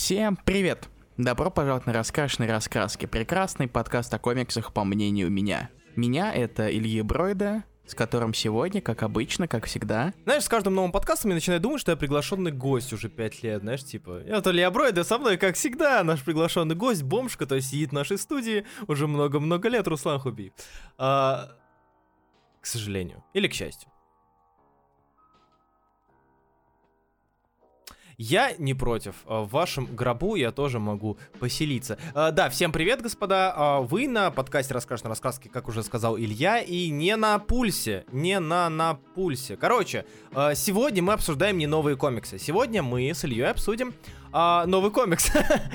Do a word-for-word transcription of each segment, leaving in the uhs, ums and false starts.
Всем привет! Добро пожаловать на Раскрашенные раскраски, прекрасный подкаст о комиксах, по мнению меня. Меня — это Илья Бройда, с которым сегодня, как обычно, как всегда... Знаешь, с каждым новым подкастом я начинаю думать, что я приглашенный гость уже пять лет, знаешь, типа... Я вот Илья Бройда, со мной, как всегда, наш приглашенный гость, бомж, который сидит в нашей студии уже много-много лет, Руслан Хубиев. А... К сожалению. Или к счастью. Я не против. В вашем гробу я тоже могу поселиться. А, да, всем привет, господа. А, вы на подкасте «Раскрашенные раскраски», как уже сказал Илья, и не на пульсе. Не на на пульсе. Короче, а, сегодня мы обсуждаем не новые комиксы. Сегодня мы с Ильей обсудим а, новый комикс,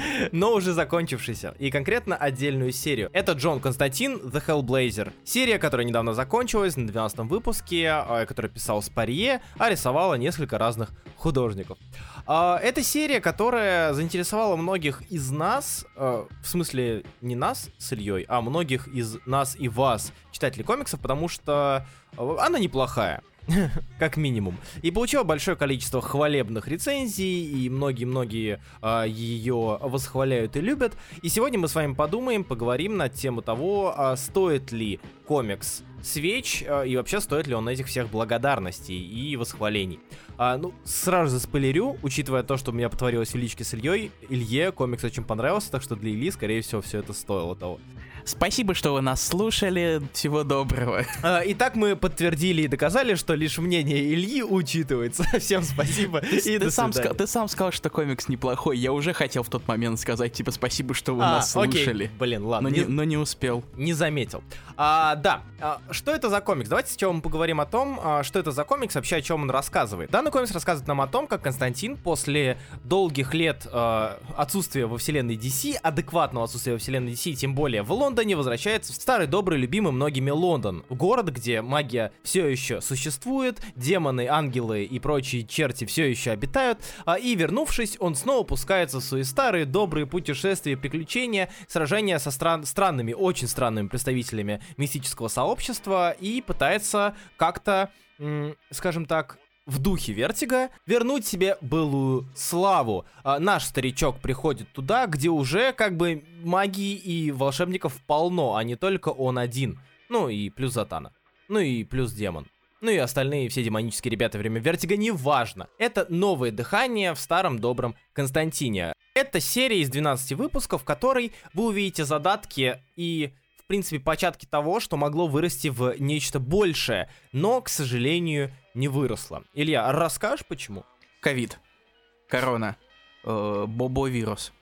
но уже закончившийся. И конкретно отдельную серию. Это Джон Константин, The Hellblazer. Серия, которая недавно закончилась на двенадцатом выпуске, а, которую писал Спарье, а рисовала несколько разных художников. Uh, это серия, которая заинтересовала многих из нас, uh, в смысле не нас с Ильей, а многих из нас и вас, читателей комиксов, потому что uh, она неплохая, как минимум. И получила большое количество хвалебных рецензий, и многие-многие uh, ее восхваляют и любят. И сегодня мы с вами подумаем, поговорим на тему того, uh, стоит ли комикс свеч, и вообще стоит ли он этих всех благодарностей и восхвалений. А, ну, сразу же спойлерю, учитывая то, что у меня потворилось в личке с Ильей, Илье комикс очень понравился, так что для Ильи, скорее всего, все это стоило того. Спасибо, что вы нас слушали. Всего доброго. А, итак, мы подтвердили и доказали, что лишь мнение Ильи учитывается. Всем спасибо. Ты, и ты, до сам ска- ты сам сказал, что комикс неплохой. Я уже хотел в тот момент сказать, типа, спасибо, что вы а, нас слушали. Окей. Блин, ладно. Но не, но не успел. Не заметил. А, да, а, что это за комикс? Давайте сначала мы поговорим о том, а, что это за комикс, вообще о чем он рассказывает. Данный комикс рассказывает нам о том, как Константин после долгих лет а, отсутствия во вселенной ди си, адекватного отсутствия во вселенной ди си, тем более в Лондоне, возвращается в старый, добрый, любимый многими Лондон. Город, где магия все еще существует, демоны, ангелы и прочие черти все еще обитают, а, и вернувшись, он снова пускается в свои старые, добрые путешествия, приключения, сражения со стран- странными, очень странными представителями мистического сообщества и пытается как-то, м- скажем так, в духе Вертига вернуть себе былую славу. А, наш старичок приходит туда, где уже как бы магии и волшебников полно, а не только он один. Ну и плюс Затана. Ну и плюс демон. Ну и остальные все демонические ребята время Вертига, неважно. Это новое дыхание в старом добром Константине. Это серия из двенадцати выпусков, в которой вы увидите задатки и... в принципе, початки того, что могло вырасти в нечто большее, но, к сожалению, не выросло. Илья, расскажешь, почему? Ковид, корона, э, бобовирус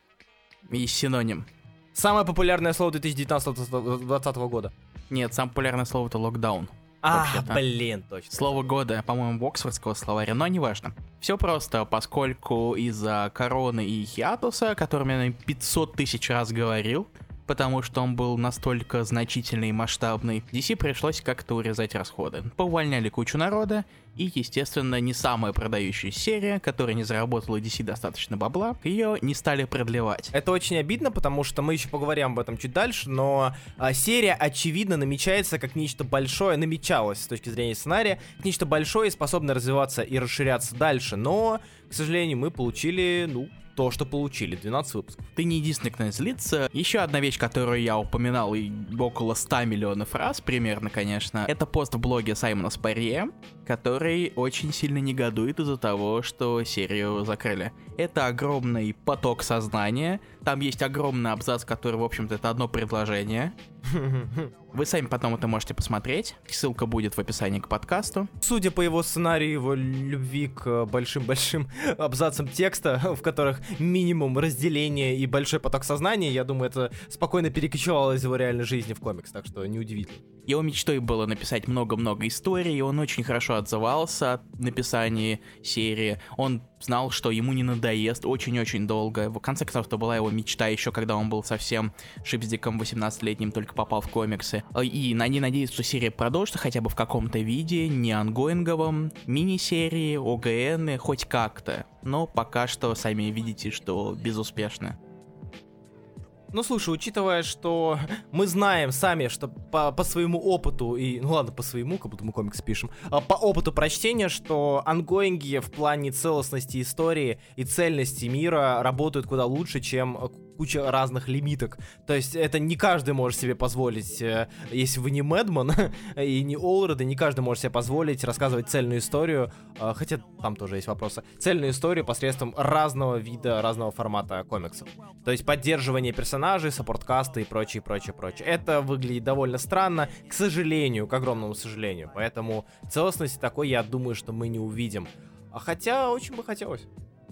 и синоним. Самое популярное слово две тысячи девятнадцатого-двадцатого года. Нет, самое популярное слово — это локдаун. А, вообще-то. блин, точно. Слово года, по-моему, в Оксфордского словаря, но неважно. Все просто, поскольку из-за короны и хиатуса, о котором я пятьсот тысяч раз говорил, потому что он был настолько значительный и масштабный, ди си пришлось как-то урезать расходы. Поувольняли кучу народа, и, естественно, не самая продающая серия, которая не заработала ди си достаточно бабла, ее не стали продлевать. Это очень обидно, потому что мы еще поговорим об этом чуть дальше, но а, серия, очевидно, намечается как нечто большое, намечалась с точки зрения сценария, как нечто большое, способное развиваться и расширяться дальше, но, к сожалению, мы получили, ну... то, что получили, двенадцать выпусков. Ты не единственный, кто злится. Еще одна вещь, которую я упоминал и около ста миллионов раз, примерно, конечно, это пост в блоге Саймона Спарье, который очень сильно негодует из-за того, что серию закрыли. Это огромный поток сознания, там есть огромный абзац, который, в общем-то, это одно предложение. Вы сами потом это можете посмотреть. Ссылка будет в описании к подкасту. Судя по его сценарию, его любви к большим-большим абзацам текста, в которых минимум разделения и большой поток сознания, я думаю, это спокойно перекочевало из его реальной жизни в комикс, так что неудивительно. Его мечтой было написать много-много историй, и он очень хорошо отзывался о написании серии. Он знал, что ему не надоест очень-очень долго. В конце концов, это была его мечта еще, когда он был совсем шипздиком восемнадцатилетним, только попал в комиксы. И они надеются, что серия продолжится хотя бы в каком-то виде, не ангоинговом, мини-серии, о гэ эн, хоть как-то. Но пока что сами видите, что безуспешно. Ну, слушай, учитывая, что мы знаем сами, что по, по своему опыту, и, ну ладно, по своему, как будто мы комикс пишем, а по опыту прочтения, что ангоинги в плане целостности истории и цельности мира работают куда лучше, чем куча разных лимиток. То есть это не каждый может себе позволить, если вы не Мэдман и не Олред, и не каждый может себе позволить рассказывать цельную историю, хотя там тоже есть вопросы, цельную историю посредством разного вида, разного формата комиксов. То есть поддерживание персонажей, саппорткасты и прочее, прочее, прочее. Это выглядит довольно странно, к сожалению, к огромному сожалению. Поэтому целостности такой, я думаю, что мы не увидим. Хотя очень бы хотелось.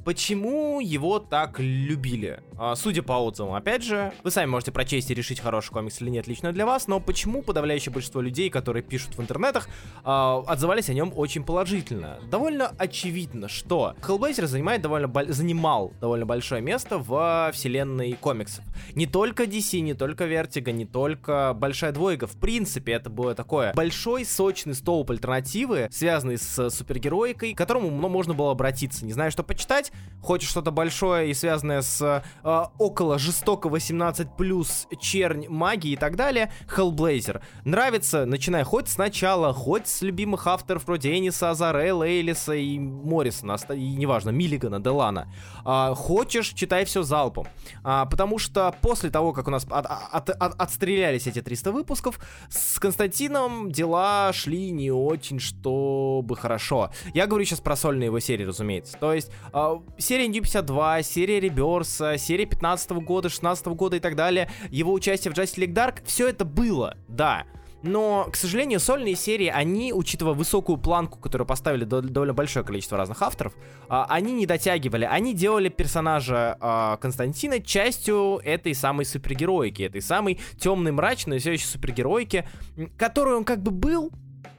Почему его так любили? А, судя по отзывам, опять же, вы сами можете прочесть и решить, хороший комикс или нет лично для вас, но почему подавляющее большинство людей, которые пишут в интернетах, а, отзывались о нем очень положительно? Довольно очевидно, что Hellblazer занимает довольно бо- занимал довольно большое место в вселенной комиксов. Не только ди си, не только Vertigo, не только Большая Двойка. В принципе, это было такое большой, сочный столб альтернативы, связанный с супергероикой, к которому можно было обратиться. Не знаю, что почитать. Хочешь что-то большое и связанное с э, около жестоко восемнадцать плюс, чернь, магии и так далее, Hellblazer. Нравится, начиная хоть сначала, хоть с любимых авторов вроде Эниса, Азарелла, Эйлиса и Моррисона, и неважно, Миллигана, Делана. А, хочешь, читай все залпом. А, потому что после того, как у нас от, от, от, отстрелялись эти триста выпусков, с Константином дела шли не очень, чтобы хорошо. Я говорю сейчас про сольные его серии, разумеется. То есть а, серия Нью пятьдесят два, серия Реберса, серия пятнадцатого года, шестнадцатого года и так далее, его участие в Justice League Dark, все это было, да. Но, к сожалению, сольные серии, они, учитывая высокую планку, которую поставили довольно большое количество разных авторов, они не дотягивали. Они делали персонажа Константина частью этой самой супергероики, этой самой темной, мрачной, все еще супергероики, которую он как бы был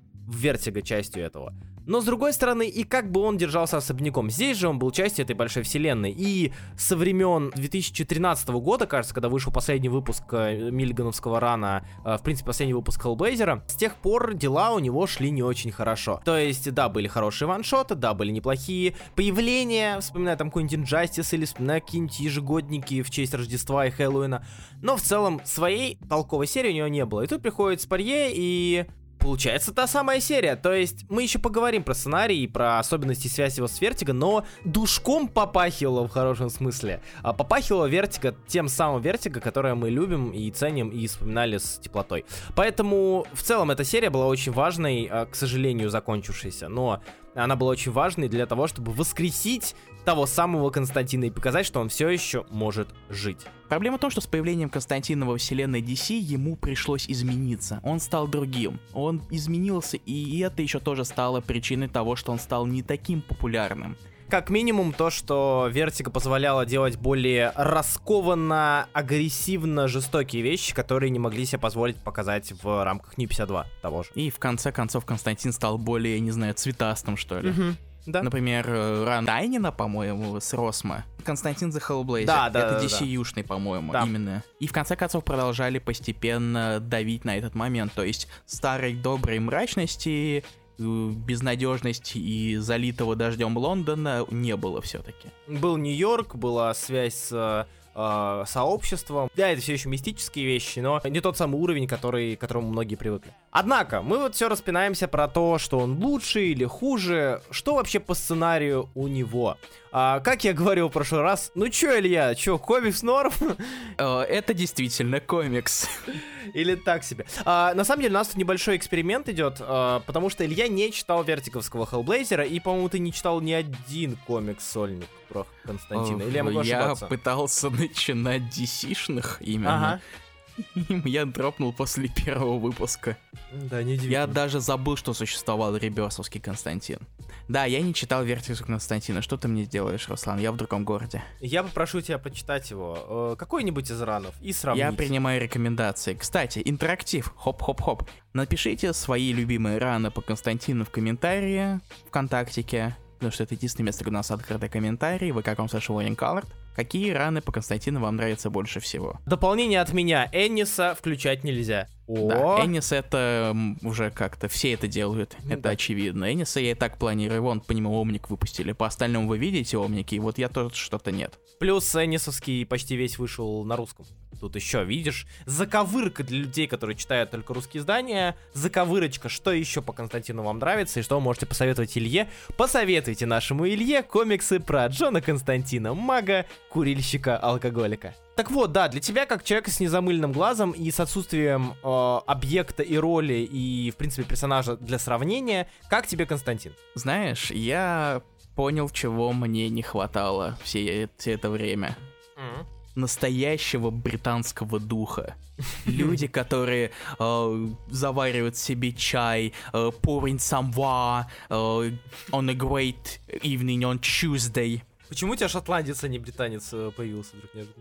в Vertigo частью этого. Но, с другой стороны, и как бы он держался особняком. Здесь же он был частью этой большой вселенной. И со времен две тысячи тринадцатого года, кажется, когда вышел последний выпуск Миллигановского рана, в принципе, последний выпуск Hellblazer, с тех пор дела у него шли не очень хорошо. То есть, да, были хорошие ваншоты, да, были неплохие появления, вспоминая там какой-нибудь Injustice или вспоминая какие-нибудь ежегодники в честь Рождества и Хэллоуина. Но в целом своей толковой серии у него не было. И тут приходит Спарье и... получается та самая серия. То есть мы еще поговорим про сценарий и про особенности связи его с Vertigo, но душком попахивало в хорошем смысле. А попахивало Vertigo тем самым Vertigo, которое мы любим и ценим и вспоминали с теплотой. Поэтому в целом эта серия была очень важной, к сожалению, закончившейся, но она была очень важной для того, чтобы воскресить того самого Константина и показать, что он все еще может жить. Проблема в том, что с появлением Константина во вселенной ди си ему пришлось измениться. Он стал другим. Он изменился, и это еще тоже стало причиной того, что он стал не таким популярным. Как минимум то, что Vertigo позволяла делать более раскованно, агрессивно жестокие вещи, которые не могли себе позволить показать в рамках Нью пятьдесят два того же. И в конце концов Константин стал более, не знаю, цветастым, что ли. Mm-hmm. Да. Например, ран Тайнина, по-моему, с Росма. Константин the Hellblazer. Да, да, это да, ди си-юшный, да. по-моему, да. именно. И в конце концов продолжали постепенно давить на этот момент. То есть старой доброй мрачности, безнадежности и залитого дождем Лондона не было все-таки. Был Нью-Йорк, была связь с э, сообществом. Да, это все еще мистические вещи, но не тот самый уровень, который, к которому многие привыкли. Однако, мы вот все распинаемся про то, что он лучше или хуже. Что вообще по сценарию у него? А, как я говорил в прошлый раз, ну чё, Илья, чё, комикс норм? Это действительно комикс. Или так себе. А, на самом деле, у нас тут небольшой эксперимент идет, а, потому что Илья не читал вертиговского Hellblazer, и, по-моему, ты не читал ни один комикс-сольник про Константина. Или я могу ошибаться? Я пытался начинать ди си-шных именно. Ага. Я дропнул после первого выпуска. Да, неудивительно. Я даже забыл, что существовал реберсовский Константин. Да, я не читал Вертиговского Константина. Что ты мне сделаешь, Руслан? Я в другом городе. Я попрошу тебя прочитать его. Какой-нибудь из ранов и сравнить. Я принимаю рекомендации. Кстати, интерактив. Хоп-хоп-хоп. Напишите свои любимые раны по Константину в комментарии ВКонтактике. Потому что это единственное место, где у нас открытый комментарий. Вы как вам слэш Colored. Какие раны по Константину вам нравятся больше всего? Дополнение от меня. Энниса включать нельзя. Да, Энис это уже как-то, все это делают, ну, это да. очевидно. Эниса я и так планирую, вон, по нему Омник выпустили, по остальному вы видите Омники, и вот я тоже что-то нет. Плюс Энисовский почти весь вышел на русском. Тут еще, видишь, заковырка для людей, которые читают только русские издания, заковырочка, что еще по Константину вам нравится, и что вы можете посоветовать Илье. Посоветуйте нашему Илье комиксы про Джона Константина, мага, курильщика, алкоголика. Так вот, да, для тебя, как человека с незамыленным глазом и с отсутствием э, объекта и роли, и, в принципе, персонажа для сравнения, как тебе Константин? Знаешь, я понял, чего мне не хватало все, все это время. Mm-hmm. Настоящего британского духа. Люди, которые э, заваривают себе чай, э, pouring some wine э, on a great evening on Tuesday. Почему у тебя шотландец, а не британец появился вдруг неожиданно?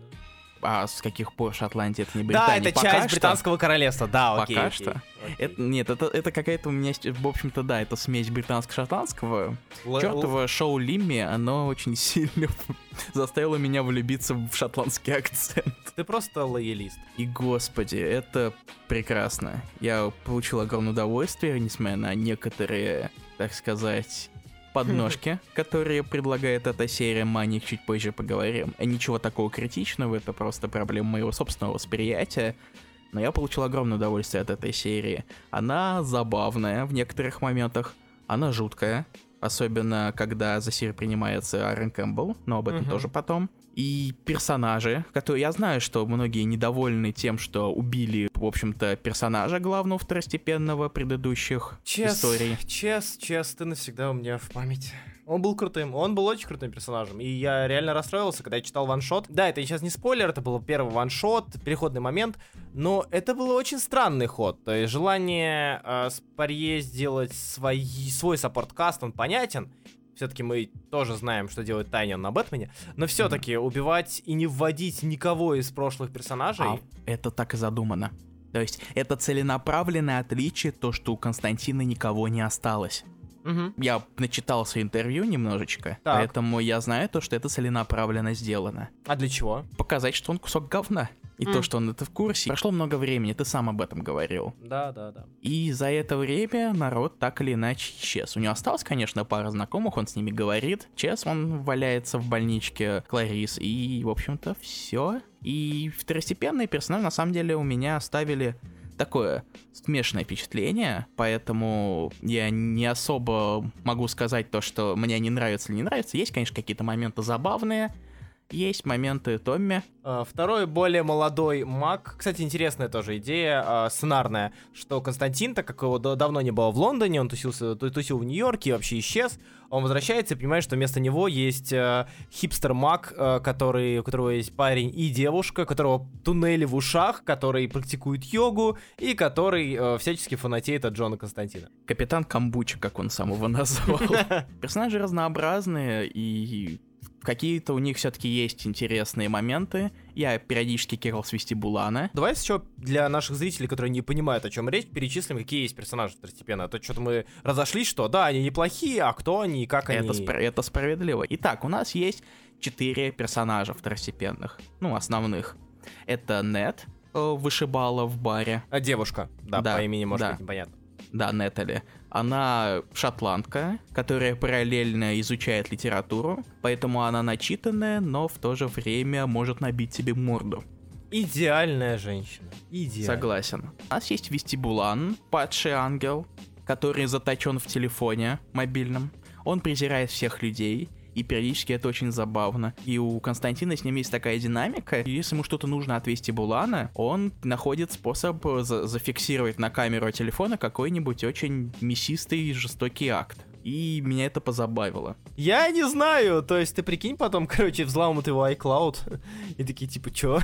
А с каких пор Шотландия это не Британия? Да, это Пока часть что? британского королевства, да, окей. Пока окей, что? окей. Это, нет, это, это какая-то у меня, в общем-то, да, это смесь британско-шотландского. Л- Чёртово л- шоу Лимми, оно очень сильно заставило меня влюбиться в шотландский акцент. Ты просто лоялист. И, господи, это прекрасно. Я получил огромное удовольствие, несмотря на некоторые, так сказать... подножки, которые предлагает эта серия, мы о них чуть позже поговорим. Ничего такого критичного, это просто проблема моего собственного восприятия. Но я получил огромное удовольствие от этой серии. Она забавная в некоторых моментах, она жуткая, особенно когда за серию принимается Аарон Кэмпбелл, но об этом uh-huh. тоже потом. И персонажи, которые я знаю, что многие недовольны тем, что убили, в общем-то, персонажа главного второстепенного предыдущих Чес, историй. Чес, Чес, ты навсегда у меня в памяти. Он был крутым, он был очень крутым персонажем, и я реально расстроился, когда я читал ваншот. Да, это сейчас не спойлер, это был первый ваншот, переходный момент, но это был очень странный ход. То есть желание э, с Парье сделать свои, свой саппорткаст, он понятен. Все-таки мы тоже знаем, что делает Тайнион на Бэтмене, но все-таки mm-hmm. убивать и не вводить никого из прошлых персонажей... А, это так и задумано. То есть это целенаправленное отличие, то, что у Константина никого не осталось. Mm-hmm. Я начитался интервью немножечко, так. Поэтому я знаю то, что это целенаправленно сделано. А для чего? Показать, что он кусок говна. И mm. то, что он это в курсе. Прошло много времени, ты сам об этом говорил. Да, да, да. И за это время народ так или иначе исчез. У него осталось, конечно, пара знакомых, он с ними говорит. Чес, он валяется в больничке Кларис, и, в общем-то, все. И второстепенные персонажи, на самом деле, у меня оставили такое смешанное впечатление, поэтому я не особо могу сказать то, что мне не нравится или не нравится. Есть, конечно, какие-то моменты забавные, есть моменты Томми. Второй, более молодой маг. Кстати, интересная тоже идея, сценарная, что Константин, так как его давно не было в Лондоне, он тусился, тусил в Нью-Йорке и вообще исчез, он возвращается и понимает, что вместо него есть хипстер-маг, который, у которого есть парень и девушка, у которого туннели в ушах, который практикует йогу и который всячески фанатеет от Джона Константина. Капитан Камбуча, как он сам его назвал. Персонажи разнообразные, и какие-то у них все-таки есть интересные моменты. Я периодически кикал с Вестибулана. Давай еще для наших зрителей, которые не понимают, о чем речь, перечислим, какие есть персонажи второстепенно. А то что-то мы разошлись, что да, они неплохие, а кто они и как это они... Спро- это справедливо. Итак, у нас есть четыре персонажа второстепенных, ну, основных. Это Нет, вышибала в баре. А девушка, да, да по имени, может да. быть, непонятно. Да, Нетали. Она шотландка, которая параллельно изучает литературу, поэтому она начитанная, но в то же время может набить себе морду. Идеальная женщина. Идеальная. Согласен. У нас есть Вестибулан, падший ангел, который заточен в телефоне мобильном. Он презирает всех людей, и периодически это очень забавно. И у Константина с ним есть такая динамика. Если ему что-то нужно от Вестибулана, он находит способ за- зафиксировать на камеру телефона какой-нибудь очень мясистый и жестокий акт. И меня это позабавило. Я не знаю, то есть ты прикинь потом, короче, взламывают его iCloud, и такие типа, чё?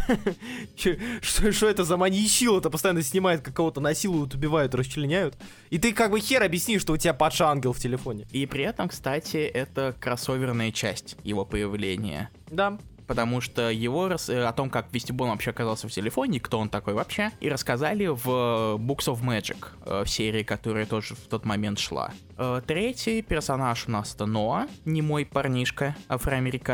Что, что это за маньячил? Это постоянно снимает, как кого-то насилуют, убивают, расчленяют. И ты как бы хер объяснишь, что у тебя падший ангел в телефоне. И при этом, кстати, это кроссоверная часть его появления. Да. Потому что его рас... о том, как Вестибулан вообще оказался в телефоне, кто он такой вообще, и рассказали в Books of Magic, в серии, которая тоже в тот момент шла. Третий персонаж у нас это Ноа, немой парнишка, афроамериканец.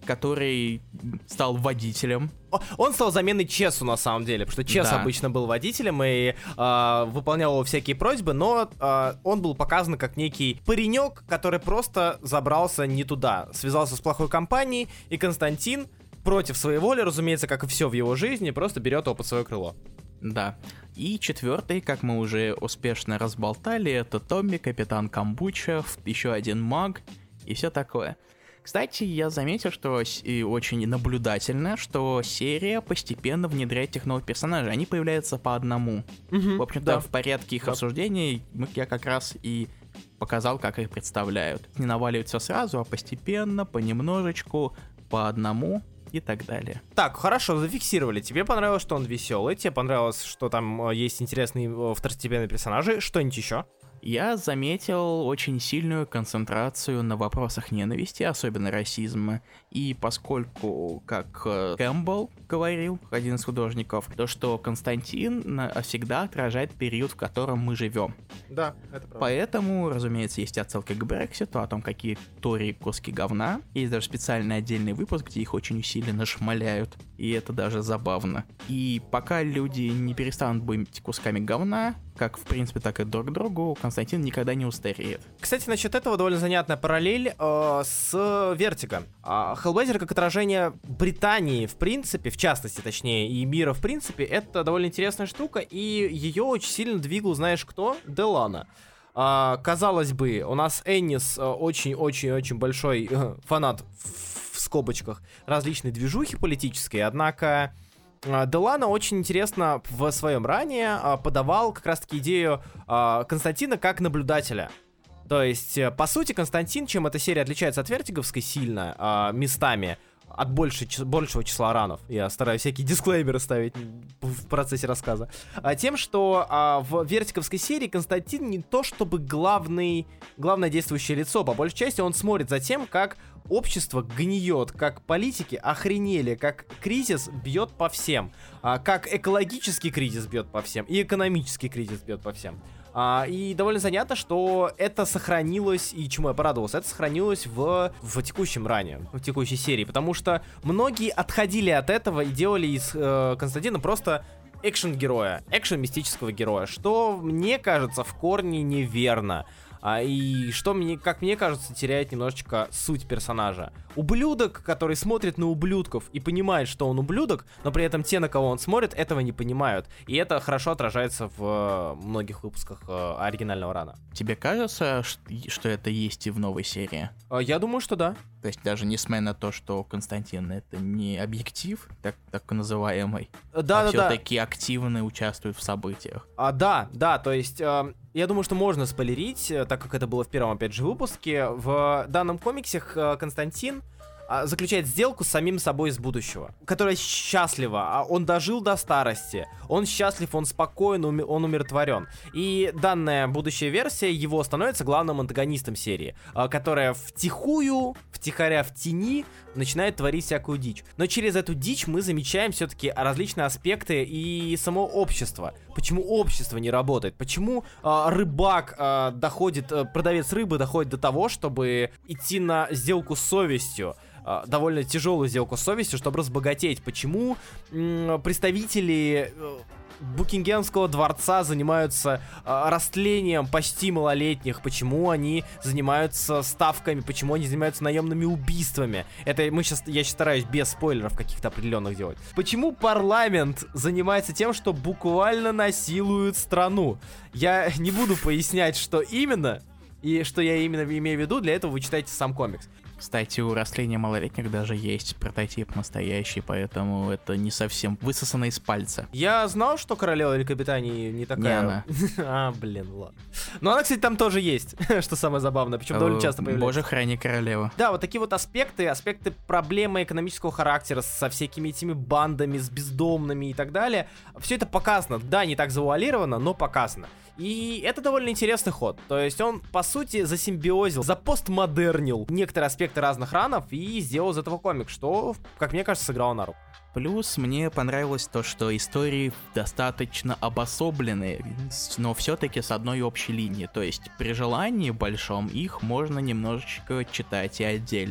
который стал водителем. Он стал заменой Чесу, на самом деле, потому что Чес Да. обычно был водителем и э, выполнял его всякие просьбы, но э, он был показан как некий паренек, который просто забрался не туда, связался с плохой компанией, и Константин против своей воли, разумеется, как и все в его жизни, просто берет его под свое крыло. Да. И четвертый, как мы уже успешно разболтали, это Томми, Капитан Камбуча, еще один маг и все такое. Кстати, я заметил, что с- и очень наблюдательно, что серия постепенно внедряет этих новых персонажей. Они появляются по одному. В общем-то, да. в порядке их Да. обсуждений мы- я как раз и показал, как их представляют. Не наваливать все сразу, а постепенно, понемножечку, по одному и так далее. Так, хорошо, зафиксировали. Тебе понравилось, что он веселый, тебе понравилось, что там э, есть интересные э, второстепенные персонажи, что-нибудь еще? Я заметил очень сильную концентрацию на вопросах ненависти, особенно расизма. И поскольку, как э, Кэмпбелл говорил, один из художников, то, что Константин на- всегда отражает период, в котором мы живем. Да, это правда. Поэтому, разумеется, есть отсылки к Брекситу, о том, какие Тори куски говна. Есть даже специальный отдельный выпуск, где их очень усиленно шмаляют. И это даже забавно. И пока люди не перестанут быть кусками говна, как в принципе, так и друг другу, Константин никогда не устареет. Кстати, насчет этого довольно занятная параллель э, с Вертиго. А, Hellblazer как отражение Британии, в принципе, в частности, точнее, и мира, в принципе, это довольно интересная штука, и ее очень сильно двигал, знаешь кто? Делана. А, казалось бы, у нас Эннис э, очень-очень-очень большой э, фанат, в, в скобочках, различной движухи политической, однако... А, Делана очень интересно в своем ранее а, подавал как раз-таки идею а, Константина как наблюдателя. То есть, э, по сути, Константин, чем эта серия отличается от Вертиговской сильно, а, местами, от больше, чис- большего числа ранов. Я стараюсь всякие дисклеймеры ставить в процессе рассказа. А, тем, что а, в Вертиговской серии Константин не то чтобы главный, главное действующее лицо. По большей части он смотрит за тем, как общество гниет, как политики охренели, как кризис бьет по всем, а, как экологический кризис бьет по всем и экономический кризис бьет по всем. А, и довольно занятно, что это сохранилось, и чему я порадовался, это сохранилось в, в текущем ране, в текущей серии, потому что многие отходили от этого и делали из э, Константина просто экшен-героя, экшен-мистического героя, что, мне кажется, в корне неверно. А, и что, мне, как мне кажется, теряет немножечко суть персонажа. Ублюдок, который смотрит на ублюдков и понимает, что он ублюдок, но при этом те, на кого он смотрит, этого не понимают. И это хорошо отражается в э, многих выпусках э, оригинального рана. Тебе кажется, ш- что это есть и в новой серии? А, я думаю, что да. То есть даже несмотря на то, что Константин это не объектив, так, так называемый, Да, а да, да. все-таки активно участвует в событиях. А, да, да, то есть э, я думаю, что можно спойлерить, э, так как это было в первом, опять же, выпуске. В данном комиксе э, Константин э, заключает сделку с самим собой из будущего, которая счастлива, а он дожил до старости, он счастлив, он спокоен, уми- он умиротворен. И данная будущая версия его становится главным антагонистом серии, э, которая втихую, втихаря в тени начинает творить всякую дичь. Но через эту дичь мы замечаем все-таки различные аспекты и само общество. Почему общество не работает? Почему э, рыбак э, доходит, э, продавец рыбы доходит до того, чтобы идти на сделку с совестью? Э, довольно тяжелую сделку с совестью, чтобы разбогатеть. Почему м, представители э, Букингемского дворца занимаются э, растлением почти малолетних, почему они занимаются ставками, почему они занимаются наемными убийствами. Это мы сейчас, я сейчас стараюсь без спойлеров каких-то определенных делать. Почему парламент занимается тем, что буквально насилует страну? Я не буду пояснять, что именно и что я именно имею в виду, для этого вы читаете сам комикс. Кстати, у растления малолетних даже есть прототип настоящий, поэтому это не совсем высосано из пальца. Я знал, что королева Великобритании не такая... Не она. А, блин, ладно. Но она, кстати, там тоже есть, что самое забавное, причем довольно часто появляется. Боже, храни королеву. Да, вот такие вот аспекты, аспекты проблемы экономического характера со всякими этими бандами, с бездомными и так далее. Все это показано. Да, не так завуалировано, но показано. И это довольно интересный ход. То есть он, по сути, засимбиозил, запостмодернил некоторые аспекты разных ранов и сделал из этого комик, что, как мне кажется, сыграло на руку. Плюс мне понравилось то, что истории достаточно обособлены, но все-таки с одной общей линией. То есть при желании большом их можно немножечко читать и отдельно.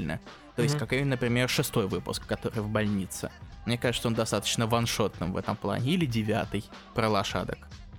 То есть, Мгм. как, например, шестой выпуск, который в больнице. Мне кажется, он достаточно ваншотным в этом плане. Или девятый, про лошадок.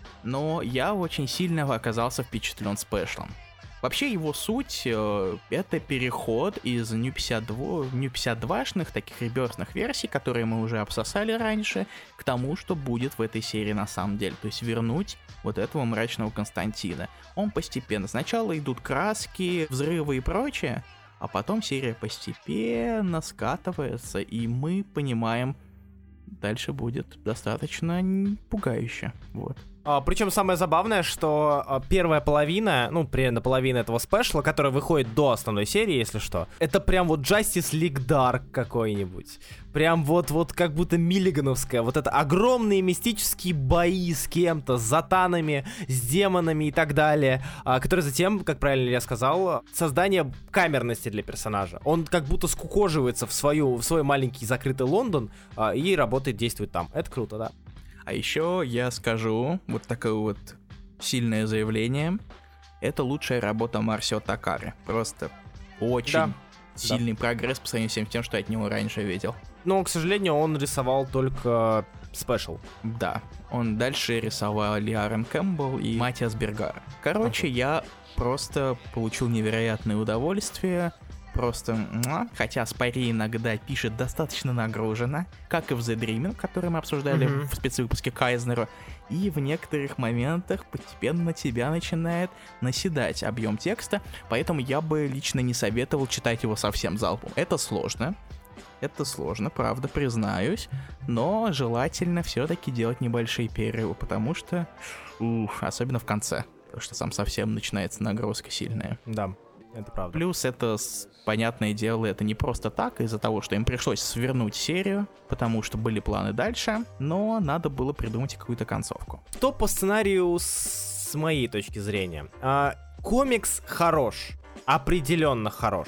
Но я очень сильно оказался впечатлен спешлом. Вообще его суть э, это переход из New пятьдесят два, New пятьдесят два-шных, таких ребёрстных версий, которые мы уже обсосали раньше, к тому, что будет в этой серии на самом деле. То есть вернуть вот этого мрачного Константина. Он постепенно. Сначала идут краски, взрывы и прочее, а потом серия постепенно скатывается, и мы понимаем, дальше будет достаточно пугающе. Вот. А, причем самое забавное, что а, первая половина, ну, примерно половина этого спешла, которая выходит до основной серии, если что, это прям вот Justice League Dark какой-нибудь. Прям вот-вот как будто миллигановская. Вот это огромные мистические бои с кем-то, с затанами, с демонами и так далее, а, которые затем, как правильно я сказал, создание камерности для персонажа. Он как будто скукоживается в, свою, в свой маленький закрытый Лондон а, и работает, действует там. Это круто, да. А еще я скажу вот такое вот сильное заявление. Это лучшая работа Марсио Такары. Просто очень Да. сильный Да. прогресс по сравнению с всем тем, что я от него раньше видел. Но, к сожалению, он рисовал только спешл. Да. Он дальше рисовал Аарон Кэмпбелл и Матиас Бергар. Короче, я просто получил невероятное удовольствие. Просто, муа. Хотя Спарри иногда пишет достаточно нагруженно, как и в The Dreaming, который мы обсуждали Мгм. в спецвыпуске Кайзнера, и в некоторых моментах постепенно на тебя начинает наседать объем текста, поэтому я бы лично не советовал читать его совсем залпом. Это сложно, это сложно, правда, признаюсь, но желательно все-таки делать небольшие перерывы, потому что, ух, особенно в конце, потому что там совсем начинается нагрузка сильная. Да, это правда. Плюс это, с- понятное дело, это не просто так, из-за того, что им пришлось свернуть серию, потому что были планы дальше, но надо было придумать какую-то концовку. Что по сценарию с с моей точки зрения? А, комикс хорош, определенно хорош.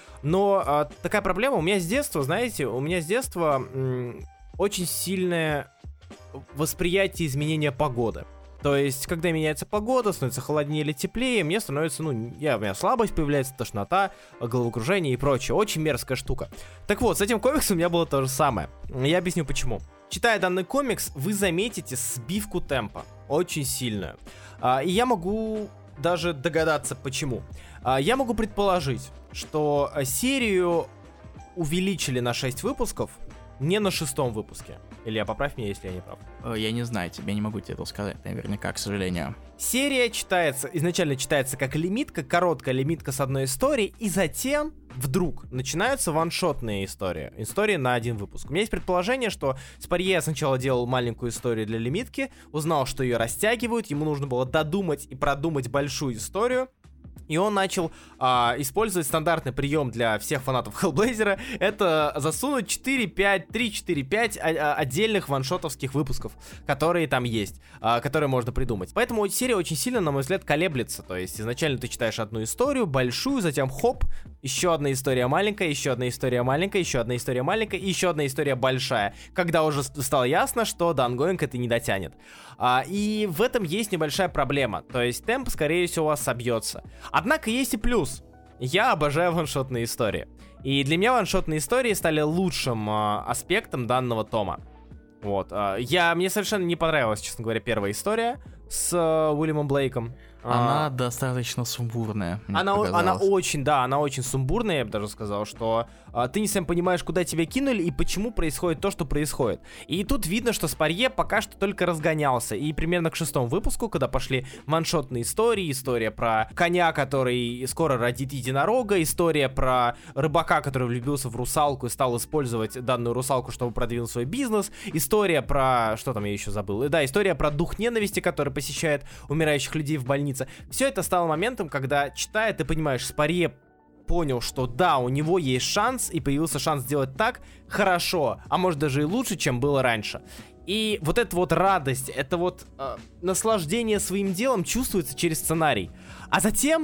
Но а, такая проблема у меня с детства, знаете, у меня с детства м, очень сильное восприятие изменения погоды. То есть, когда меняется погода, становится холоднее или теплее, мне становится, ну, я, у меня слабость появляется, тошнота, головокружение и прочее. Очень мерзкая штука. Так вот, с этим комиксом у меня было то же самое. Я объясню почему. Читая данный комикс, вы заметите сбивку темпа. Очень сильную. А, и я могу даже догадаться, почему. А, я могу предположить, что а, серию увеличили на шесть выпусков, не на шестом выпуске. Илья, поправь меня, если я не прав. Э, Я не знаю, тебе не могу тебе это сказать, наверняка, к сожалению. Серия читается, изначально читается как лимитка, короткая лимитка с одной историей, и затем вдруг начинаются ваншотные истории. Истории на один выпуск. У меня есть предположение, что Спарье сначала делал маленькую историю для лимитки, узнал, что ее растягивают, ему нужно было додумать и продумать большую историю. И он начал а, использовать стандартный прием для всех фанатов Hellblazer. Это засунуть четыре пять, три четыре пять а, а, отдельных ваншотовских выпусков, которые там есть, а, которые можно придумать. Поэтому серия очень сильно, на мой взгляд, колеблется. То есть изначально ты читаешь одну историю, большую, затем хоп, еще одна история маленькая, еще одна история маленькая, еще одна история маленькая и еще одна история большая. Когда уже стало ясно, что до ангоинг это не дотянет. А, и в этом есть небольшая проблема. То есть темп, скорее всего, у вас собьется. Однако есть и плюс. Я обожаю ваншотные истории. И для меня ваншотные истории стали лучшим э, аспектом данного тома. Вот. Э, я, мне совершенно не понравилась, честно говоря, первая история с э, Уильямом Блейком. Она А, достаточно сумбурная, мне она, показалось. она очень, да, она очень сумбурная, я бы даже сказал, что а, ты не совсем понимаешь, куда тебя кинули и почему происходит то, что происходит. И тут видно, что Спарье пока что только разгонялся. И примерно к шестому выпуску, когда пошли ваншотные истории, история про коня, который скоро родит единорога, история про рыбака, который влюбился в русалку и стал использовать данную русалку, чтобы продвинуть свой бизнес, история про... что там я еще забыл? Да, история про дух ненависти, который посещает умирающих людей в больнице. Все это стало моментом, когда, читая, ты понимаешь, Спарье понял, что да, у него есть шанс, и появился шанс сделать так хорошо, а может даже и лучше, чем было раньше. И вот эта вот радость, это вот э, наслаждение своим делом чувствуется через сценарий. А затем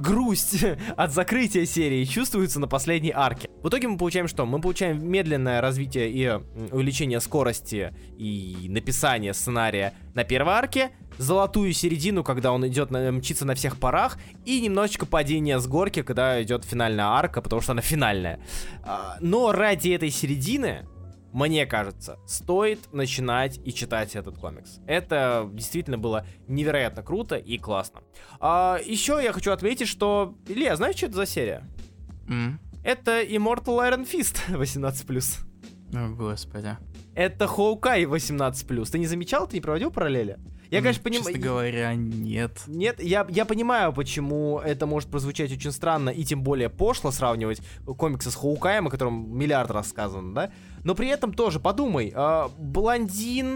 грусть от закрытия серии чувствуется на последней арке. В итоге мы получаем что? Мы получаем медленное развитие и увеличение скорости и написания сценария на первой арке, золотую середину, когда он идет на, мчится на всех парах, и немножечко падение с горки, когда идет финальная арка, потому что она финальная. Но ради этой середины, мне кажется, стоит начинать и читать этот комикс. Это действительно было невероятно круто и классно. А, еще я хочу отметить, что... Илья, знаешь, что это за серия? Mm. Это Immortal Iron Fist восемнадцать плюс. О, господи. Это Хоукай восемнадцать плюс. Ты не замечал? Ты не проводил параллели? Я, mm, конечно, понимаю... Честно говоря, нет. Нет, я, я понимаю, почему это может прозвучать очень странно и тем более пошло сравнивать комиксы с Хоукаем, о котором миллиард раз сказано, да? Но при этом тоже подумай, э, блондин,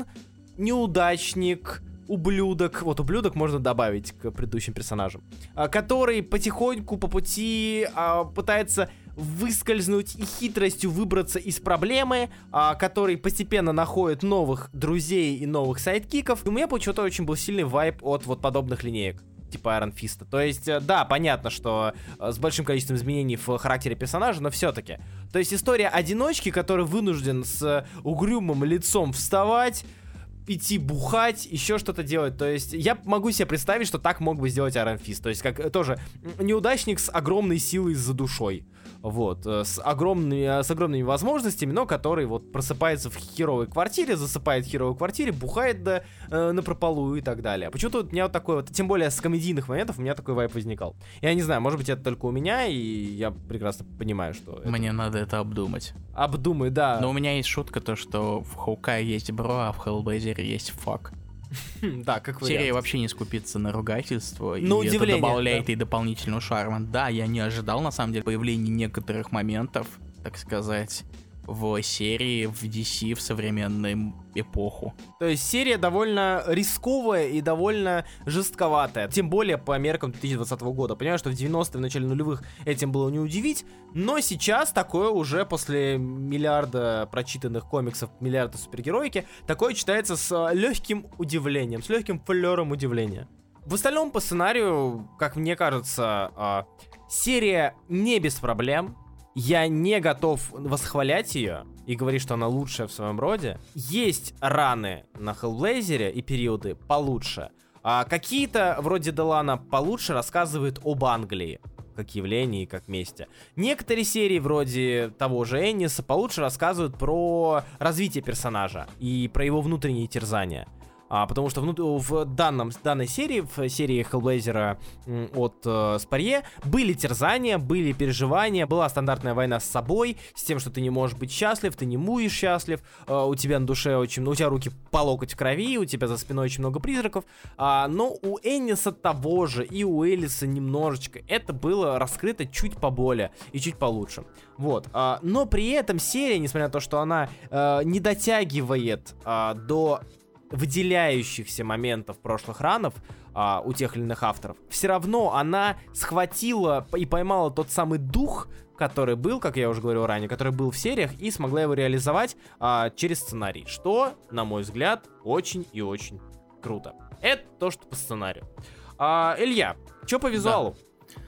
неудачник, ублюдок, вот ублюдок можно добавить к предыдущим персонажам, э, который потихоньку по пути э, пытается выскользнуть и хитростью выбраться из проблемы, э, который постепенно находит новых друзей и новых сайдкиков. И у меня почему-то очень был сильный вайб от вот подобных линеек типа Iron Fist. То есть, да, понятно, что э, с большим количеством изменений в характере персонажа, но все-таки. То есть история одиночки, который вынужден с угрюмым лицом вставать, идти бухать, еще что-то делать. То есть я могу себе представить, что так мог бы сделать Iron Fist. То есть как тоже неудачник с огромной силой за душой. Вот, с огромными, с огромными возможностями, но который вот просыпается в херовой квартире, засыпает в херовой квартире, бухает да, э, напропалую и так далее. Почему-то у меня вот такой вот, тем более с комедийных моментов у меня такой вайп возникал. Я не знаю, может быть это только у меня, и я прекрасно понимаю, что... Мне это... надо это обдумать. Обдумай, да. Но у меня есть шутка, то что в Хоукае есть бро, а в Hellblazer есть фак. Да, как вариант. Серия вообще не скупится на ругательство, на и удивление, это добавляет да. ей дополнительного шарма. Да, я не ожидал, на самом деле, появления некоторых моментов, так сказать, в серии, в ди си, в современную эпоху. То есть серия довольно рисковая и довольно жестковатая. Тем более по меркам две тысячи двадцатого года. Понимаю, что в девяностые, в начале нулевых этим было не удивить. Но сейчас такое уже после миллиарда прочитанных комиксов, миллиарда супергероики, такое читается с легким удивлением, с легким флером удивления. В остальном по сценарию, как мне кажется, серия не без проблем. Я не готов восхвалять ее и говорить, что она лучшая в своем роде. Есть раны на Hellblazer и периоды получше. А какие-то, вроде Делана, получше рассказывают об Англии, как явлении и как месте. Некоторые серии, вроде того же Энниса, получше рассказывают про развитие персонажа и про его внутренние терзания. А, потому что в, в данном, данной серии, в серии Hellblazer от э, Спарье, были терзания, были переживания, была стандартная война с собой, с тем, что ты не можешь быть счастлив, ты не будешь счастлив, э, у тебя на душе очень, ну, у тебя руки по локоть в крови, у тебя за спиной очень много призраков, а, но у Энниса того же и у Элиса немножечко это было раскрыто чуть поболее и чуть получше. Вот, а, но при этом серия, несмотря на то, что она а, не дотягивает а, до выделяющихся моментов прошлых ранов а, у тех или иных авторов, все равно она схватила и поймала тот самый дух, который был, как я уже говорил ранее, который был в сериях, и смогла его реализовать а, через сценарий, что, на мой взгляд, очень и очень круто. Это то, что по сценарию. А, Илья, что по визуалу?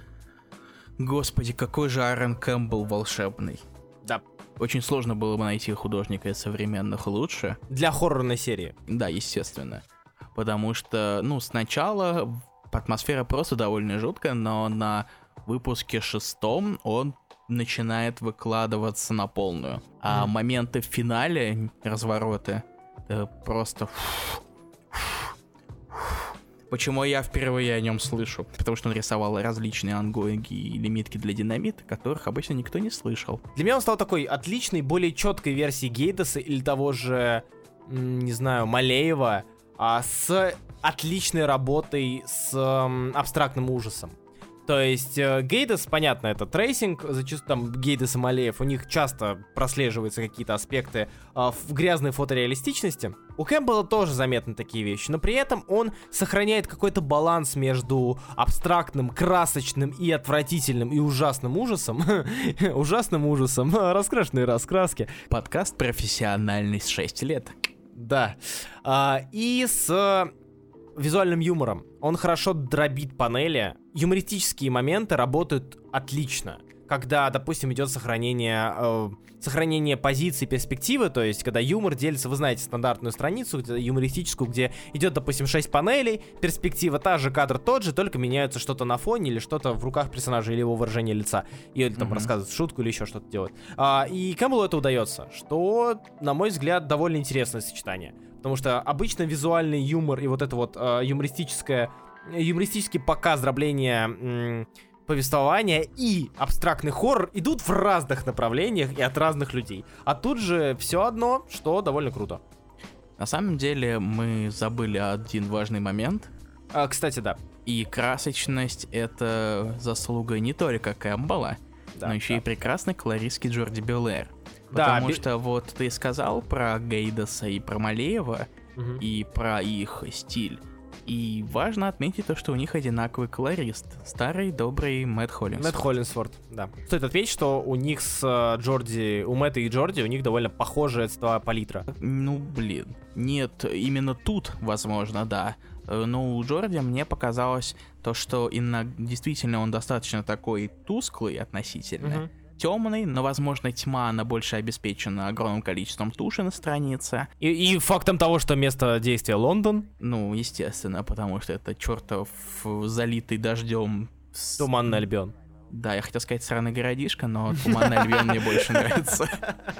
Да. Господи, какой же Аарон Кэмпбелл волшебный. Да. Очень сложно было бы найти художника из современных лучше. Для хоррорной серии. Да, естественно. Потому что, ну, сначала атмосфера просто довольно жуткая, но на выпуске шестом он начинает выкладываться на полную. А mm. моменты в финале, развороты, это просто... Почему я впервые о нем слышу? Потому что он рисовал различные ангоинги и лимитки для динамита, которых обычно никто не слышал. Для меня он стал такой отличной, более четкой версией Гейдеса или того же, не знаю, Малеева, а с отличной работой с м, абстрактным ужасом. То есть э, Гейдес, понятно, это трейсинг, зачастую там Гейдес и Малеев, у них часто прослеживаются какие-то аспекты э, в грязной фотореалистичности. У Кэмпбелла тоже заметны такие вещи, но при этом он сохраняет какой-то баланс между абстрактным, красочным и отвратительным и ужасным ужасом. Ужасным ужасом, раскрашенные раскраски. Подкаст профессиональный с шести лет. Да. А, и с визуальным юмором. Он хорошо дробит панели. Юмористические моменты работают отлично. Когда, допустим, идет сохранение, э, сохранение позиции, перспективы, то есть, когда юмор делится, вы знаете, стандартную страницу, юмористическую, где идет, допустим, шесть панелей, перспектива та же, кадр тот же, только меняется что-то на фоне или что-то в руках персонажа или его выражение лица, или там mm-hmm. рассказывает шутку или еще что-то делает. А, и Кэмпбеллу это удается, что, на мой взгляд, довольно интересное сочетание, потому что обычно визуальный юмор и вот это вот э, юмористическое, юмористический показ дробления м- повествования и абстрактный хоррор идут в разных направлениях и от разных людей. А тут же все одно, что довольно круто. На самом деле мы забыли один важный момент. А, кстати, да. И красочность — это заслуга не только Кэмпбелла, да, но еще да. и прекрасной колористки Джорди Белэр. Да, Потому би... что вот ты сказал про Гайдаса и про Малеева, угу. и про их стиль. И важно отметить то, что у них одинаковый колорист. Старый, добрый Мэтт Холлинсворт. Мэтт Холлинсворт, да. Стоит отметить, что у них с uh, Джорди, у Мэтта и Джорди, у них довольно похожая цветовая палитра. Ну, блин. Нет, именно тут, возможно, да. Но у Джорди мне показалось то, что иногда действительно он достаточно такой тусклый относительно. Угу. Темный, но, возможно, тьма, она больше обеспечена огромным количеством туши на странице. И, и фактом того, что место действия Лондон. Ну, естественно, потому что это чертов залитый дождем... Туманный Альбион. Да, я хотел сказать сраный городишко, но Туманный Альбион мне больше нравится.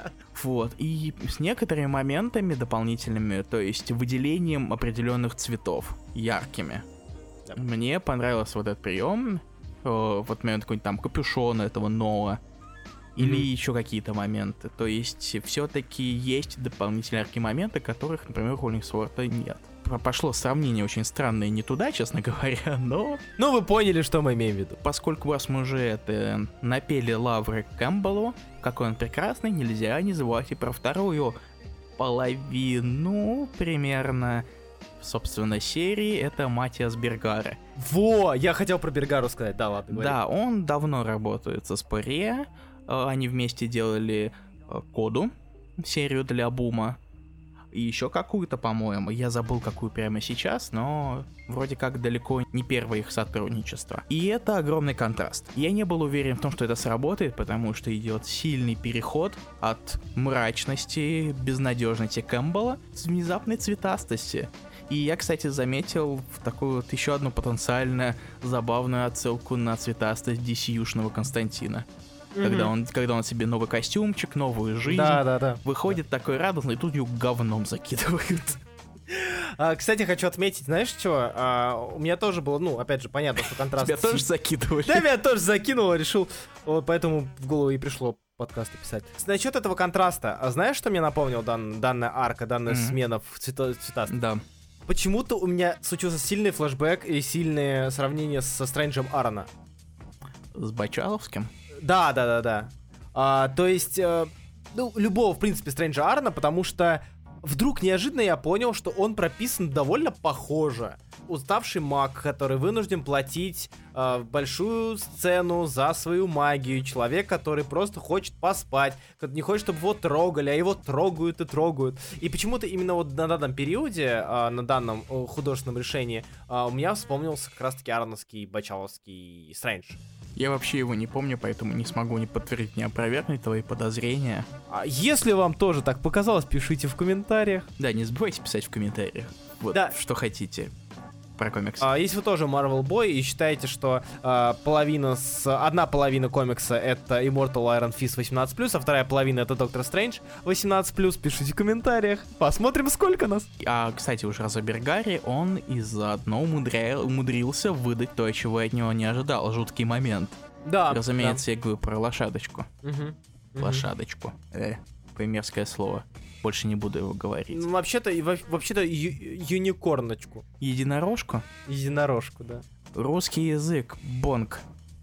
Вот, и с некоторыми моментами дополнительными, то есть выделением определенных цветов яркими. Мне понравился вот этот прием. Вот момент какой-нибудь там капюшона этого Ноа. Или mm-hmm. еще какие-то моменты. То есть все-таки есть дополнительные яркие моменты, которых, например, у Холлинсворта нет. Пошло сравнение очень странное не туда, честно говоря, но... Ну, вы поняли, что мы имеем в виду. Поскольку вас мы уже это напели лавры Кэмпбеллу, какой он прекрасный, нельзя не забывать и про вторую половину примерно, собственно, серии. Это Матиас Бергаре. Во! Я хотел про Бергару сказать, да, ладно, говори. Да, он давно работает со Спорье. Они вместе делали Коду, серию для Бума. И еще какую-то, по-моему. Я забыл, какую прямо сейчас, но вроде как далеко не первое их сотрудничество. И это огромный контраст. Я не был уверен в том, что это сработает, потому что идет сильный переход от мрачности, безнадежности Кэмпбелла к внезапной цветастости. И я, кстати, заметил в такую вот еще одну потенциально забавную отсылку на цветастость ди си-юшного Константина. Mm-hmm. Когда он, когда он себе новый костюмчик, новую жизнь, да, да, да. выходит да. такой радостный, и тут его говном закидывают. А, кстати, хочу отметить, знаешь что? А, у меня тоже было, ну, опять же, понятно, что контраст... Тебя тоже закидывали? Да, меня тоже закинуло, решил, вот поэтому в голову и пришло подкасты писать. Насчет этого контраста, а знаешь, что мне напомнил дан, данная арка, данная mm-hmm. смена в цвето- цветастость? Да. Почему-то у меня случился сильный флешбэк и сильное сравнение со Стрэнджем Аарона. С Бачаловским? Да, да, да, да. А, то есть, э, ну, любого, в принципе, Стрэнджа Аарона, потому что вдруг неожиданно я понял, что он прописан довольно похоже. Уставший маг, который вынужден платить э, большую сцену за свою магию. Человек, который просто хочет поспать, не хочет, чтобы его трогали, а его трогают и трогают. И почему-то именно вот на данном периоде, э, на данном э, художественном решении, э, у меня вспомнился как раз-таки аароновский, бачаловский Стрэндж. Я вообще его не помню, поэтому не смогу ни подтвердить, ни опровергнуть твои подозрения. А если вам тоже так показалось, пишите в комментариях. Да, не забывайте писать в комментариях, вот, да. что хотите про комикс. А, если вы тоже Marvel Boy и считаете, что а, половина с, одна половина комикса это Immortal Iron Fist восемнадцать плюс, а вторая половина это Доктор Стрэндж восемнадцать плюс, пишите в комментариях. Посмотрим, сколько нас. А, кстати, уж раз о Бергаре, он и заодно умудря... умудрился выдать то, чего я от него не ожидал. Жуткий момент. Да. Разумеется, да. я говорю про лошадочку. Угу. Лошадочку. Э, примерское слово. Больше не буду его говорить. Ну, вообще-то, вообще-то ю- юникорночку. Единорожку? Единорожку, да. Русский язык. Бонг.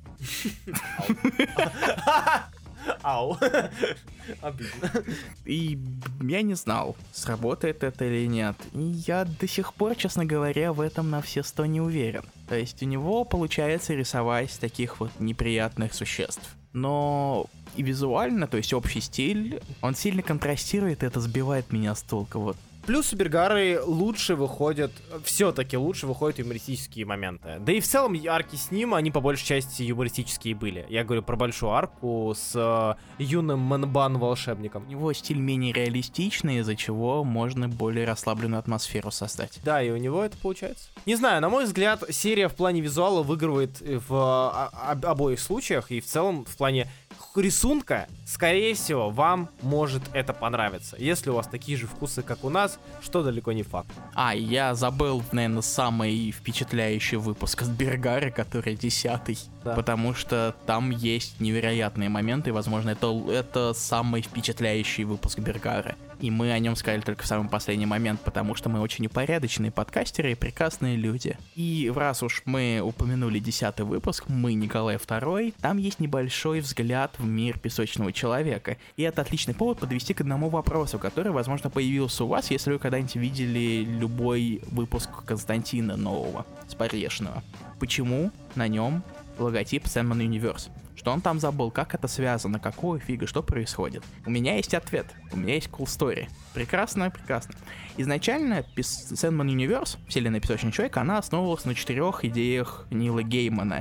Ау. Обидно. И я не знал, сработает это или нет. И я до сих пор, честно говоря, в этом на все сто не уверен. То есть у него получается рисовать таких вот неприятных существ. Но и визуально, то есть общий стиль, он сильно контрастирует, и это сбивает меня с толка. Вот Плюс у Бергары лучше выходят, все-таки лучше выходят юмористические моменты. Да и в целом арки с ним, они по большей части юмористические были. Я говорю про большую арку с э, юным Мэнбан-волшебником. У него стиль менее реалистичный, из-за чего можно более расслабленную атмосферу создать. Да, и у него это получается. Не знаю, на мой взгляд, серия в плане визуала выигрывает в э, об, обоих случаях, и в целом в плане рисунка, скорее всего, вам может это понравиться. Если у вас такие же вкусы, как у нас, что далеко не факт. А, я забыл, наверное, самый впечатляющий выпуск от Бергары, который десятый. Да. Потому что там есть невероятные моменты, и, возможно, это, это самый впечатляющий выпуск Бергары. И мы о нем сказали только в самый последний момент, потому что мы очень упорядоченные подкастеры и прекрасные люди. И раз уж мы упомянули десятый выпуск, мы Николай второй, там есть небольшой взгляд в мир Песочного Человека. И это отличный повод подвести к одному вопросу, который, возможно, появился у вас, если вы когда-нибудь видели любой выпуск Константина нового, Спарешного. Почему на нем логотип Sandman Universe? Что он там забыл, как это связано, какого фига, что происходит? У меня есть ответ, у меня есть cool story. Прекрасно, прекрасно. Изначально Sandman Universe, вселенная Песочного Человека, она основывалась на четырех идеях Нила Геймана.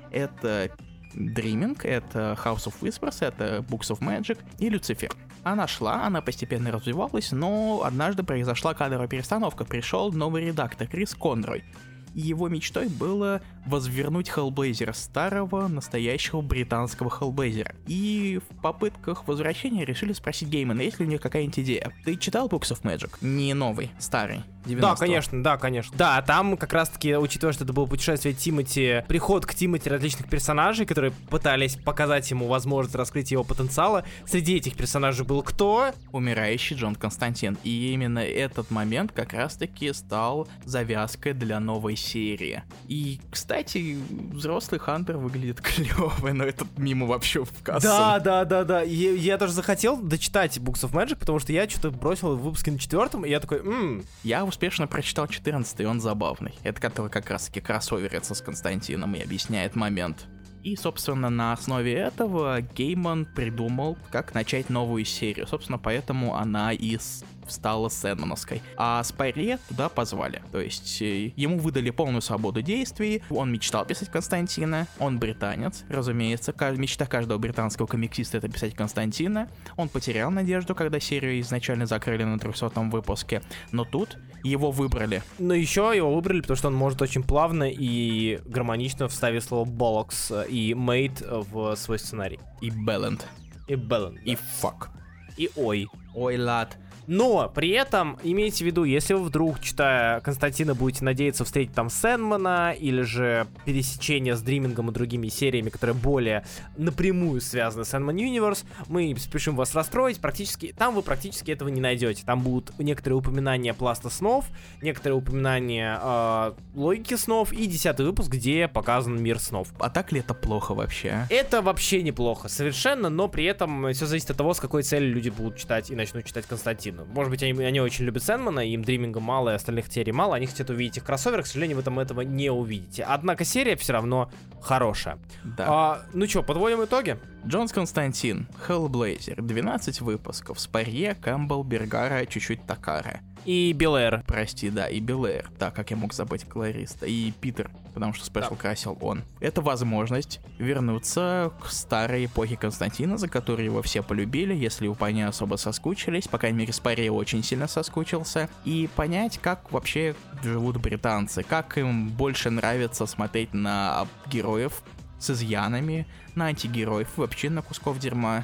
Это Dreaming, это House of Whispers, это Books of Magic и Люцифер. Она шла, она постепенно развивалась, но однажды произошла кадровая перестановка, пришел новый редактор Крис Конрой. И его мечтой было возвернуть Hellblazer старого, настоящего британского Hellblazer. И в попытках возвращения решили спросить Геймана, есть ли у них какая-нибудь идея. Ты читал Books of Magic? Не новый, старый. девяностого. Да, конечно, да, конечно. Да, там как раз-таки, учитывая, что это было путешествие Тимоти, приход к Тимоти различных персонажей, которые пытались показать ему возможность раскрыть его потенциала. Среди этих персонажей был кто? Умирающий Джон Константин. И именно этот момент как раз-таки стал завязкой для новой серии. И, кстати, взрослый Хантер выглядит клево, но этот мимо вообще в кассу. Да, да, да, да. Я, я тоже захотел дочитать Books of Magic, потому что я что-то бросил в выпуске на четвертом, и я такой, ммм. Я успешно прочитал четырнадцатый, и он забавный. Это который как раз-таки кроссоверится с Константином и объясняет момент. И, собственно, на основе этого Гейман придумал, как начать новую серию. Собственно, поэтому она и стала сэндмановской. А Спайре туда позвали. То есть ему выдали полную свободу действий. Он мечтал писать Константина. Он британец, разумеется. Мечта каждого британского комиксиста — это писать Константина. Он потерял надежду, когда серию изначально закрыли на трехсотом выпуске. Но тут его выбрали. Но еще его выбрали, потому что он может очень плавно и гармонично вставить слово «болокс» и «мейт» в свой сценарий. И «белленд». И «белленд». И «фак». И «ой». «Ой, лад». Но при этом имейте в виду, если вы вдруг, читая Константина, будете надеяться встретить там Сэндмана или же пересечение с Дримингом и другими сериями, которые более напрямую связаны с Sandman Universe, мы спешим вас расстроить. Практически, там вы практически этого не найдете. Там будут некоторые упоминания пласта снов, некоторые упоминания э, логики снов и десятый выпуск, где показан мир снов. А так ли это плохо вообще? Это вообще неплохо, совершенно, но при этом все зависит от того, с какой целью люди будут читать и начнут читать Константина. Может быть, они, они очень любят Сэндмана, им Дриминга мало и остальных серий мало, они хотят увидеть их кроссоверах, к сожалению, вы там этого не увидите. Однако серия все равно хорошая. Да. А, ну что, подводим итоги? Джон Константин, Hellblazer, двенадцать выпусков, Спарье, Кэмпбелл, Бергара, чуть-чуть Такара. И Белэр. Прости, да, и Белэр. Да, как я мог забыть колориста. И Питер, потому что спешл да. красил он. Это возможность вернуться к старой эпохе Константина, за которую его все полюбили, если вы по ней особо соскучились. По крайней мере, Спарье очень сильно соскучился. И понять, как вообще живут британцы, как им больше нравится смотреть на героев с изъянами, на антигероев и вообще на кусков дерьма.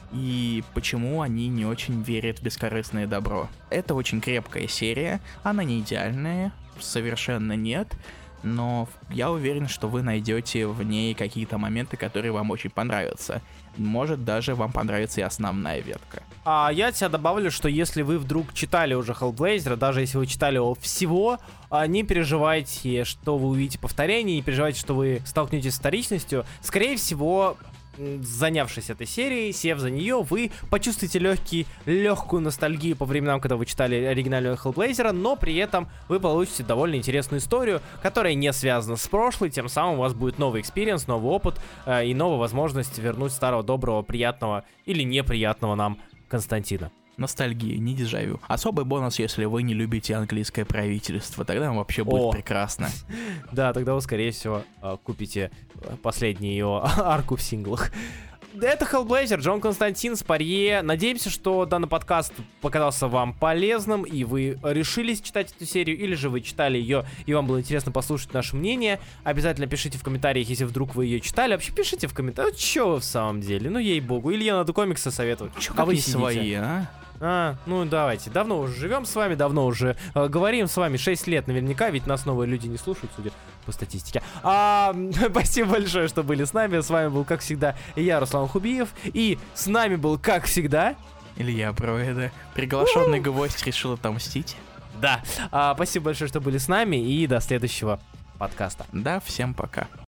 И почему они не очень верят в бескорыстное добро. Это очень крепкая серия, она не идеальная, совершенно нет, но я уверен, что вы найдете в ней какие-то моменты, которые вам очень понравятся. Может, даже вам понравится и основная ветка. А я от себя добавлю, что если вы вдруг читали уже Hellblazer, даже если вы читали его всего, не переживайте, что вы увидите повторение, не переживайте, что вы столкнетесь с вторичностью. Скорее всего, занявшись этой серией, сев за нее, вы почувствуете легкий, легкую ностальгию по временам, когда вы читали оригинального Hellblazer, но при этом вы получите довольно интересную историю, которая не связана с прошлой, тем самым у вас будет новый экспириенс, новый опыт э, и новая возможность вернуть старого, доброго, приятного или неприятного нам Константина. Ностальгия, не дежавю. Особый бонус, если вы не любите английское правительство, тогда вам вообще будет О. прекрасно. Да, тогда вы, скорее всего, купите последнюю ее арку в синглах. Это Hellblazer, Джон Константин, Спарье. Надеемся, что данный подкаст показался вам полезным, и вы решились читать эту серию, или же вы читали ее, и вам было интересно послушать наше мнение. Обязательно пишите в комментариях, если вдруг вы ее читали. Вообще пишите в комментариях, че вы в самом деле, ну ей-богу. Или я надо комиксы советовать. Чё, А вы какие сидите? свои, а? А, ну давайте, давно уже живем с вами, давно уже э, говорим с вами, шесть лет наверняка, ведь нас новые люди не слушают, судя по статистике. А, спасибо большое, что были с нами, с вами был, как всегда, я, Руслан Хубиев, и с нами был, как всегда... Илья Броеда. Приглашенный гость решил отомстить. Да, а, спасибо большое, что были с нами, и до следующего подкаста. Да, всем пока.